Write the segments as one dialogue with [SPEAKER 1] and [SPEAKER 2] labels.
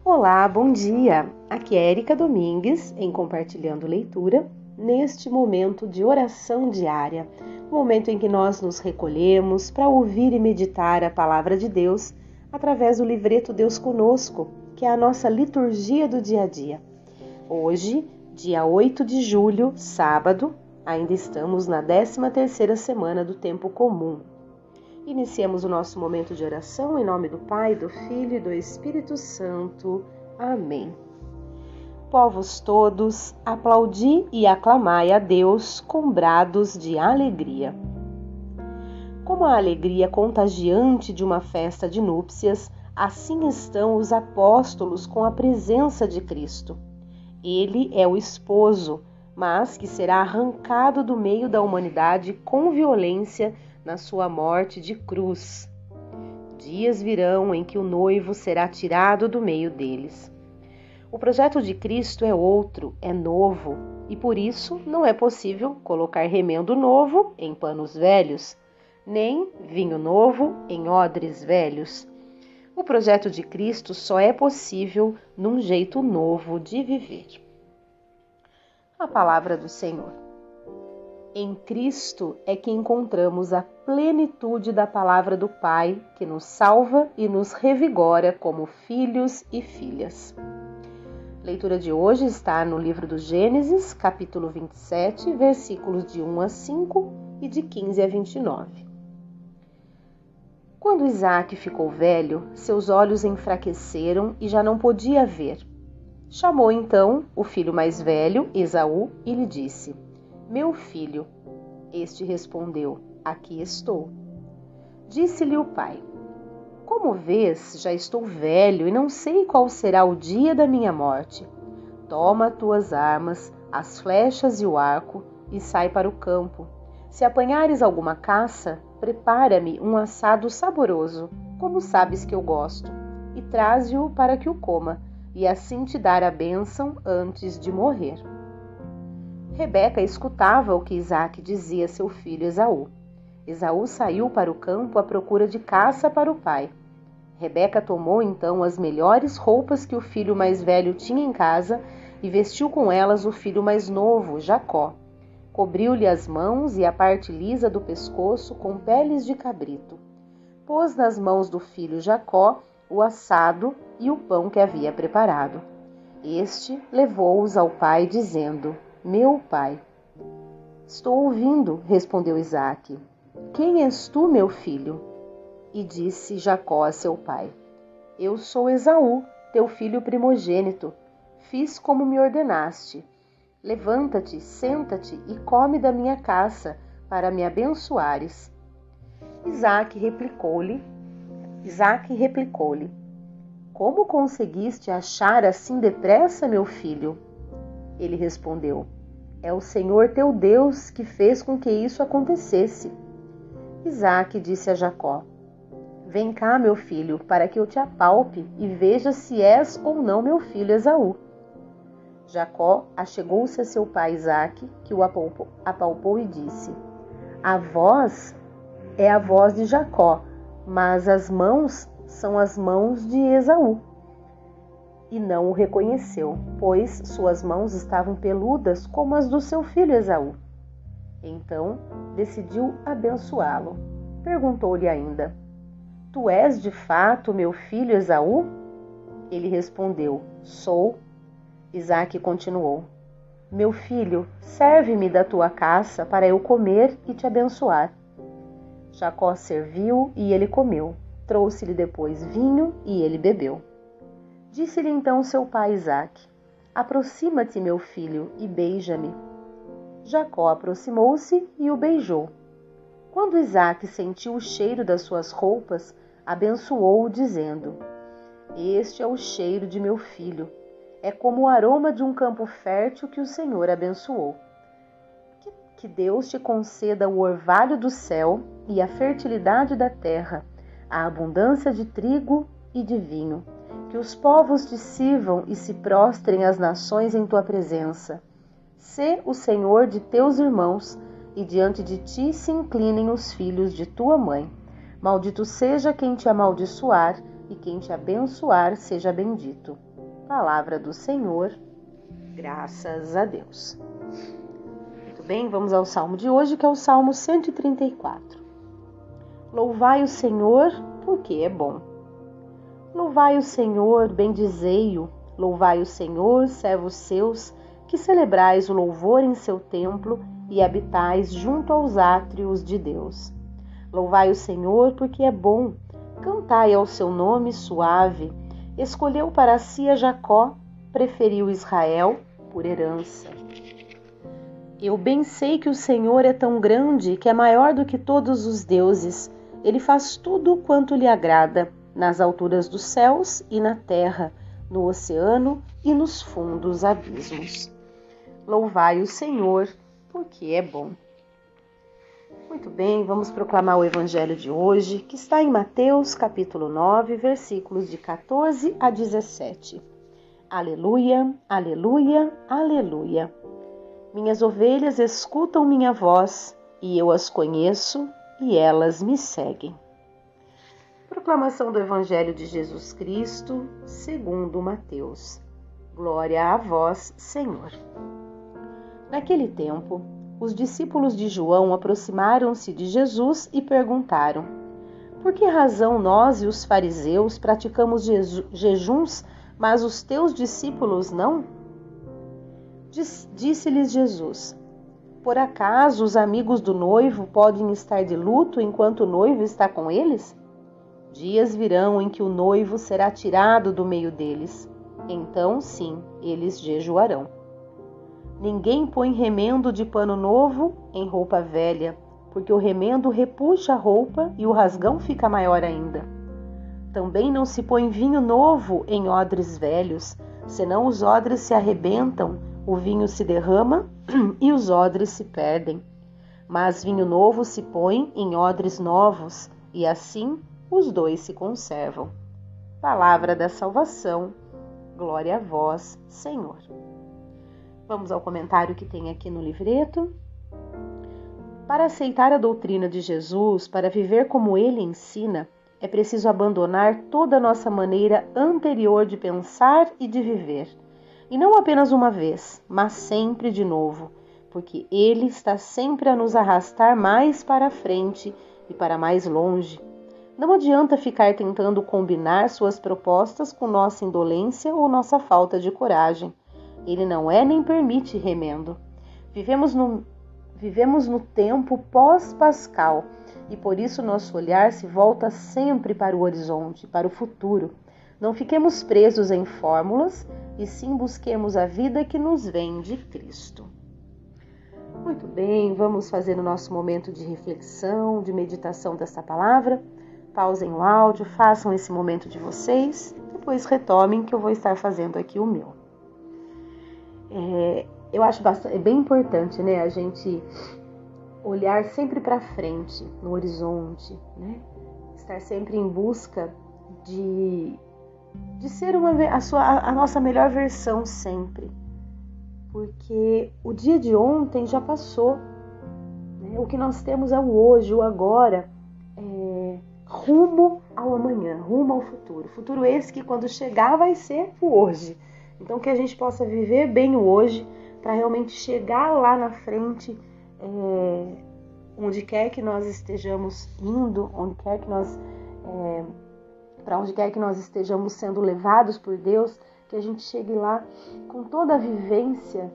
[SPEAKER 1] Olá, bom dia! Aqui é Érica Domingues em Compartilhando Leitura, neste momento de oração diária, um momento em que nós nos recolhemos para ouvir e meditar a Palavra de Deus através do livreto Deus Conosco, que é a nossa liturgia do dia a dia. Hoje, dia 8 de julho, sábado, ainda estamos na 13ª semana do Tempo Comum. Iniciemos o nosso momento de oração em nome do Pai, do Filho e do Espírito Santo. Amém. Povos todos, aplaudi e aclamai a Deus com brados de alegria. Como a alegria contagiante de uma festa de núpcias, assim estão os apóstolos com a presença de Cristo. Ele é o esposo, mas que será arrancado do meio da humanidade com violência na sua morte de cruz. Dias virão em que o noivo será tirado do meio deles. O projeto de Cristo é outro, é novo, e por isso não é possível colocar remendo novo em panos velhos, nem vinho novo em odres velhos. O projeto de Cristo só é possível num jeito novo de viver. A palavra do Senhor. Em Cristo é que encontramos a plenitude da palavra do Pai, que nos salva e nos revigora como filhos e filhas. A leitura de hoje está no livro do Gênesis, capítulo 27, versículos de 1 a 5 e de 15 a 29. Quando Isaque ficou velho, seus olhos enfraqueceram e já não podia ver. Chamou então o filho mais velho, Esaú, e lhe disse: Meu filho. Este respondeu: Aqui estou. Disse-lhe o pai: Como vês, já estou velho e não sei qual será o dia da minha morte. Toma tuas armas, as flechas e o arco, e sai para o campo. Se apanhares alguma caça, prepara-me um assado saboroso, como sabes que eu gosto, e traze-o para que o coma, e assim te dar a bênção antes de morrer. Rebeca escutava o que Isaque dizia a seu filho Esaú. Esaú saiu para o campo à procura de caça para o pai. Rebeca tomou então as melhores roupas que o filho mais velho tinha em casa e vestiu com elas o filho mais novo, Jacó. Cobriu-lhe as mãos e a parte lisa do pescoço com peles de cabrito. Pôs nas mãos do filho Jacó o assado e o pão que havia preparado. Este levou-os ao pai, dizendo: Meu pai. Estou ouvindo, respondeu Isaque. Quem és tu, meu filho? E disse Jacó a seu pai: Eu sou Esaú, teu filho primogênito. Fiz como me ordenaste. Levanta-te, senta-te e come da minha caça, para me abençoares. Isaque replicou-lhe: Como conseguiste achar assim depressa, meu filho? Ele respondeu: É o Senhor teu Deus que fez com que isso acontecesse. Isaque disse a Jacó: Vem cá, meu filho, para que eu te apalpe e veja se és ou não meu filho Esaú. Jacó achegou-se a seu pai Isaque, que o apalpou e disse: A voz é a voz de Jacó, mas as mãos são as mãos de Esaú. E não o reconheceu, pois suas mãos estavam peludas como as do seu filho Esaú. Então decidiu abençoá-lo. Perguntou-lhe ainda: Tu és de fato meu filho Esaú? Ele respondeu: Sou. Isaque continuou: Meu filho, serve-me da tua caça para eu comer e te abençoar. Jacó serviu e ele comeu. Trouxe-lhe depois vinho e ele bebeu. Disse-lhe então seu pai Isaque: Aproxima-te, meu filho, e beija-me. Jacó aproximou-se e o beijou. Quando Isaque sentiu o cheiro das suas roupas, abençoou-o, dizendo: Este é o cheiro de meu filho. É como o aroma de um campo fértil que o Senhor abençoou. Que Deus te conceda o orvalho do céu e a fertilidade da terra, a abundância de trigo e de vinho. Que os povos te sirvam e se prostrem as nações em tua presença. Sê o Senhor de teus irmãos, e diante de ti se inclinem os filhos de tua mãe. Maldito seja quem te amaldiçoar, e quem te abençoar seja bendito. Palavra do Senhor, graças a Deus. Muito bem, vamos ao Salmo de hoje, que é o Salmo 134. Louvai o Senhor, porque é bom. Louvai o Senhor, bendizei-o. Louvai o Senhor, servos seus, que celebrais o louvor em seu templo e habitais junto aos átrios de Deus. Louvai o Senhor, porque é bom. Cantai ao seu nome suave. Escolheu para si a Jacó, preferiu Israel por herança. Eu bem sei que o Senhor é tão grande que é maior do que todos os deuses. Ele faz tudo quanto lhe agrada, nas alturas dos céus e na terra, no oceano e nos fundos abismos. Louvai o Senhor, porque é bom. Muito bem, vamos proclamar o Evangelho de hoje, que está em Mateus, capítulo 9, versículos de 14 a 17. Aleluia, aleluia, aleluia. Minhas ovelhas escutam minha voz, e eu as conheço, e elas me seguem. Proclamação do Evangelho de Jesus Cristo, segundo Mateus. Glória a vós, Senhor. Naquele tempo, os discípulos de João aproximaram-se de Jesus e perguntaram: por que razão nós e os fariseus praticamos jejuns, mas os teus discípulos não? Disse-lhes Jesus: por acaso os amigos do noivo podem estar de luto enquanto o noivo está com eles? Dias virão em que o noivo será tirado do meio deles. Então, sim, eles jejuarão. Ninguém põe remendo de pano novo em roupa velha, porque o remendo repuxa a roupa e o rasgão fica maior ainda. Também não se põe vinho novo em odres velhos, senão os odres se arrebentam, o vinho se derrama e os odres se perdem. Mas vinho novo se põe em odres novos, e assim os dois se conservam. Palavra da salvação, glória a vós, Senhor. Vamos ao comentário que tem aqui no livreto. Para aceitar a doutrina de Jesus, para viver como ele ensina, é preciso abandonar toda a nossa maneira anterior de pensar e de viver. E não apenas uma vez, mas sempre de novo, porque ele está sempre a nos arrastar mais para a frente e para mais longe. Não adianta ficar tentando combinar suas propostas com nossa indolência ou nossa falta de coragem. Ele não é nem permite remendo. Vivemos no tempo pós-pascal e por isso nosso olhar se volta sempre para o horizonte, para o futuro. Não fiquemos presos em fórmulas e sim busquemos a vida que nos vem de Cristo. Muito bem, vamos fazer o nosso momento de reflexão, de meditação desta palavra. Pausem o áudio, façam esse momento de vocês, depois retomem que eu vou estar fazendo aqui o meu. Eu acho bem importante, né, a gente olhar sempre para frente, no horizonte, né? Estar sempre em busca de ser a nossa melhor versão sempre. Porque o dia de ontem já passou, né? O que nós temos é o hoje, o agora, rumo ao amanhã, rumo ao futuro. Futuro esse que quando chegar vai ser o hoje. Então que a gente possa viver bem o hoje para realmente chegar lá na frente, onde quer que nós estejamos indo, para onde quer que nós estejamos sendo levados por Deus, que a gente chegue lá com toda a vivência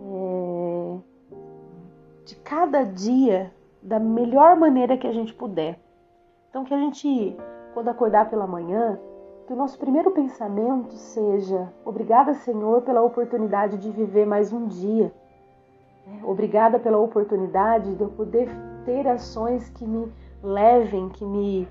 [SPEAKER 1] de cada dia da melhor maneira que a gente puder. Então que a gente, quando acordar pela manhã, que o nosso primeiro pensamento seja: obrigada, Senhor, pela oportunidade de viver mais um dia. Obrigada pela oportunidade de eu poder ter ações que me levem, que me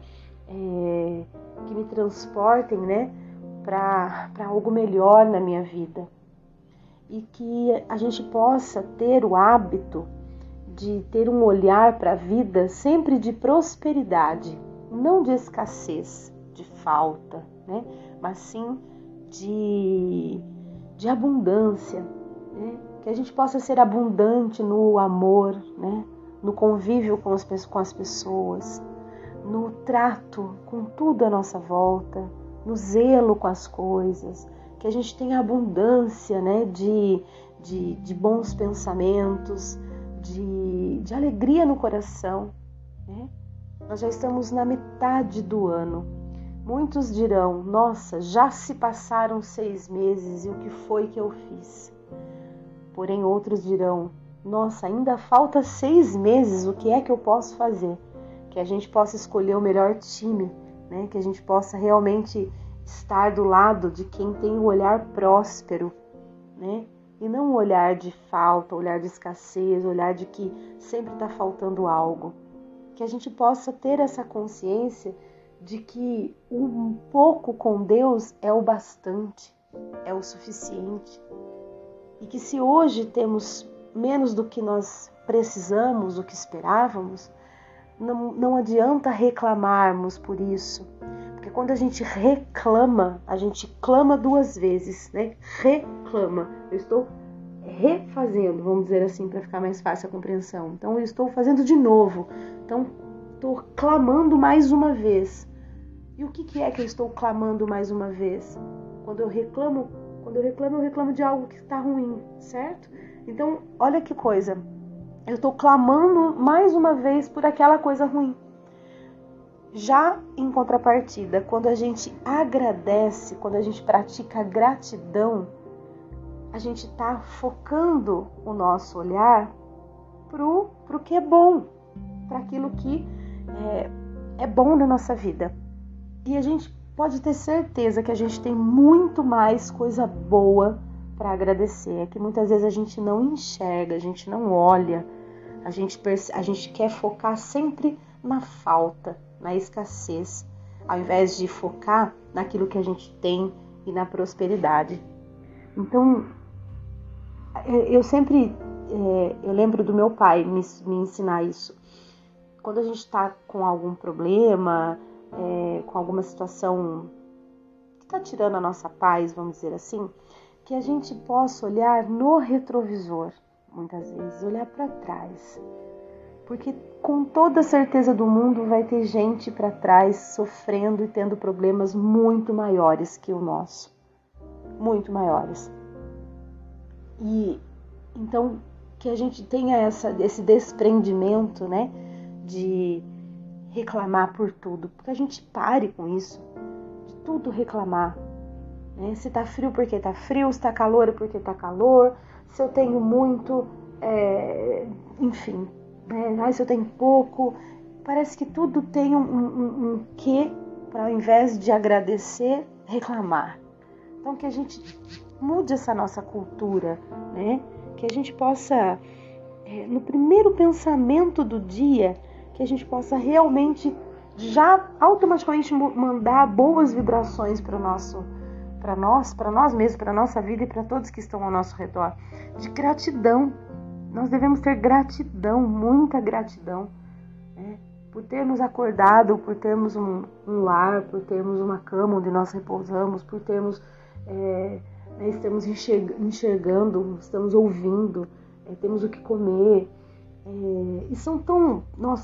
[SPEAKER 1] transportem, né, para algo melhor na minha vida. E que a gente possa ter o hábito de ter um olhar para a vida sempre de prosperidade, não de escassez, de falta, né? Mas sim de abundância, né? Que a gente possa ser abundante no amor, né? No convívio com as pessoas, no trato com tudo à nossa volta, no zelo com as coisas, que a gente tenha abundância, né, de bons pensamentos, de alegria no coração, né? Nós já estamos na metade do ano. Muitos dirão, nossa, já se passaram 6 meses e o que foi que eu fiz? Porém, outros dirão, nossa, ainda falta 6 meses, o que é que eu posso fazer? Que a gente possa escolher o melhor time, né? Que a gente possa realmente estar do lado de quem tem o olhar próspero, né? E não um olhar de falta, olhar de escassez, olhar de que sempre está faltando algo. Que a gente possa ter essa consciência de que um pouco com Deus é o bastante, é o suficiente. E que se hoje temos menos do que nós precisamos, do que esperávamos, não adianta reclamarmos por isso. Porque quando a gente reclama, a gente clama 2 vezes, né? Reclama. Eu estou refazendo, vamos dizer assim, para ficar mais fácil a compreensão. Então, eu estou fazendo de novo. Então, estou clamando mais uma vez. E o que é que eu estou clamando mais uma vez? Quando eu reclamo de algo que está ruim, certo? Então, olha que coisa. Eu estou clamando mais uma vez por aquela coisa ruim. Já em contrapartida, quando a gente agradece, quando a gente pratica a gratidão, a gente está focando o nosso olhar pro que é bom, para aquilo que é bom na nossa vida. E a gente pode ter certeza que a gente tem muito mais coisa boa para agradecer. É que muitas vezes a gente não enxerga, a gente não olha, a gente quer focar sempre na falta, na escassez, ao invés de focar naquilo que a gente tem e na prosperidade. Então, eu lembro do meu pai me ensinar isso. Quando a gente está com algum problema, com alguma situação que está tirando a nossa paz, vamos dizer assim, que a gente possa olhar no retrovisor, muitas vezes, olhar para trás. Porque com toda a certeza do mundo vai ter gente para trás sofrendo e tendo problemas muito maiores que o nosso. Muito maiores. E então que a gente tenha esse desprendimento, né, de reclamar por tudo. Porque a gente pare com isso, de tudo reclamar. Né? Se tá frio porque tá frio, se tá calor porque tá calor, se eu tenho muito, enfim, né? Se eu tenho pouco. Parece que tudo tem um quê para, ao invés de agradecer, reclamar. Então que a gente mude essa nossa cultura, né? Que a gente possa, no primeiro pensamento do dia, que a gente possa realmente já automaticamente mandar boas vibrações para nós mesmos, para a nossa vida e para todos que estão ao nosso redor. De gratidão. Nós devemos ter gratidão, muita gratidão, né? Por termos acordado, por termos um lar, por termos uma cama onde nós repousamos, por termos, estamos enxergando, estamos ouvindo, temos o que comer. E são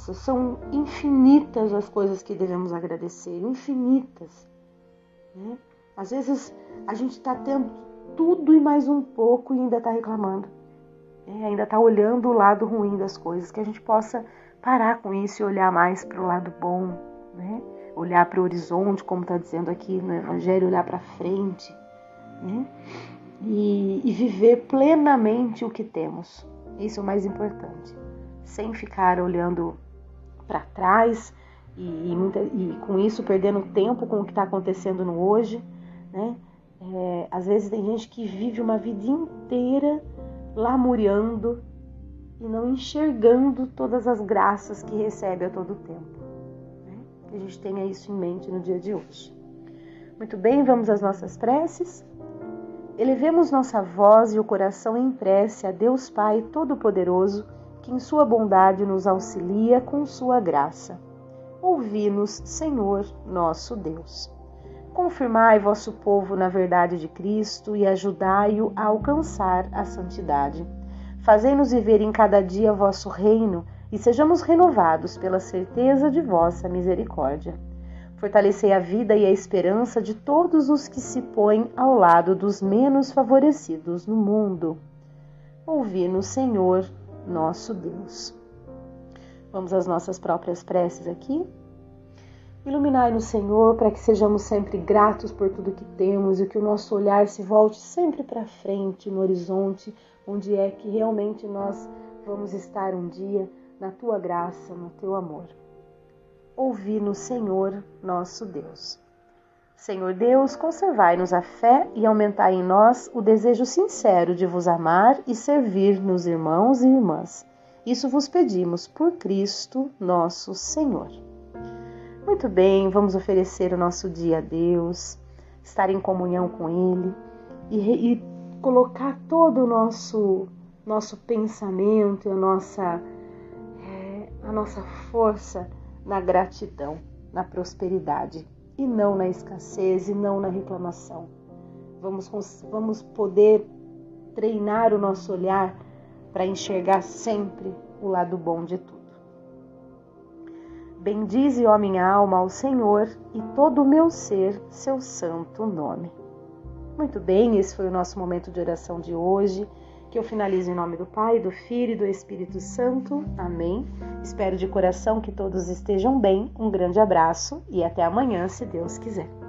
[SPEAKER 1] infinitas as coisas que devemos agradecer, infinitas. Né? Às vezes a gente está tendo tudo e mais um pouco e ainda está reclamando. Ainda está olhando o lado ruim das coisas, que a gente possa parar com isso e olhar mais para o lado bom, né? Olhar para o horizonte, como está dizendo aqui no Evangelho, olhar para frente, né? E viver plenamente o que temos. Isso é o mais importante, sem ficar olhando para trás e com isso perdendo tempo com o que está acontecendo no hoje, né? Às vezes tem gente que vive uma vida inteira lamuriando e não enxergando todas as graças que recebe a todo tempo. Né? Que a gente tenha isso em mente no dia de hoje. Muito bem, vamos às nossas preces. Elevemos nossa voz e o coração em prece a Deus Pai Todo-Poderoso, que em sua bondade nos auxilia com sua graça. Ouvi-nos, Senhor, nosso Deus. Confirmai vosso povo na verdade de Cristo e ajudai-o a alcançar a santidade. Fazei-nos viver em cada dia vosso reino e sejamos renovados pela certeza de vossa misericórdia. Fortalecei a vida e a esperança de todos os que se põem ao lado dos menos favorecidos no mundo. Ouvi-nos, Senhor, nosso Deus. Vamos às nossas próprias preces aqui. Iluminai-nos, Senhor, para que sejamos sempre gratos por tudo que temos e que o nosso olhar se volte sempre para frente, no horizonte, onde é que realmente nós vamos estar um dia, na Tua graça, no Teu amor. Ouvi-nos, Senhor, nosso Deus. Senhor Deus, conservai-nos a fé e aumentai em nós o desejo sincero de vos amar e servir nos irmãos e irmãs. Isso vos pedimos por Cristo, nosso Senhor. Muito bem, vamos oferecer o nosso dia a Deus, estar em comunhão com Ele e colocar todo o nosso pensamento e a nossa força na gratidão, na prosperidade e não na escassez e não na reclamação. Vamos poder treinar o nosso olhar para enxergar sempre o lado bom de tudo. Bendize, ó minha alma, ao Senhor e todo o meu ser, seu santo nome. Muito bem, esse foi o nosso momento de oração de hoje, que eu finalizo em nome do Pai, do Filho e do Espírito Santo. Amém. Espero de coração que todos estejam bem. Um grande abraço e até amanhã, se Deus quiser.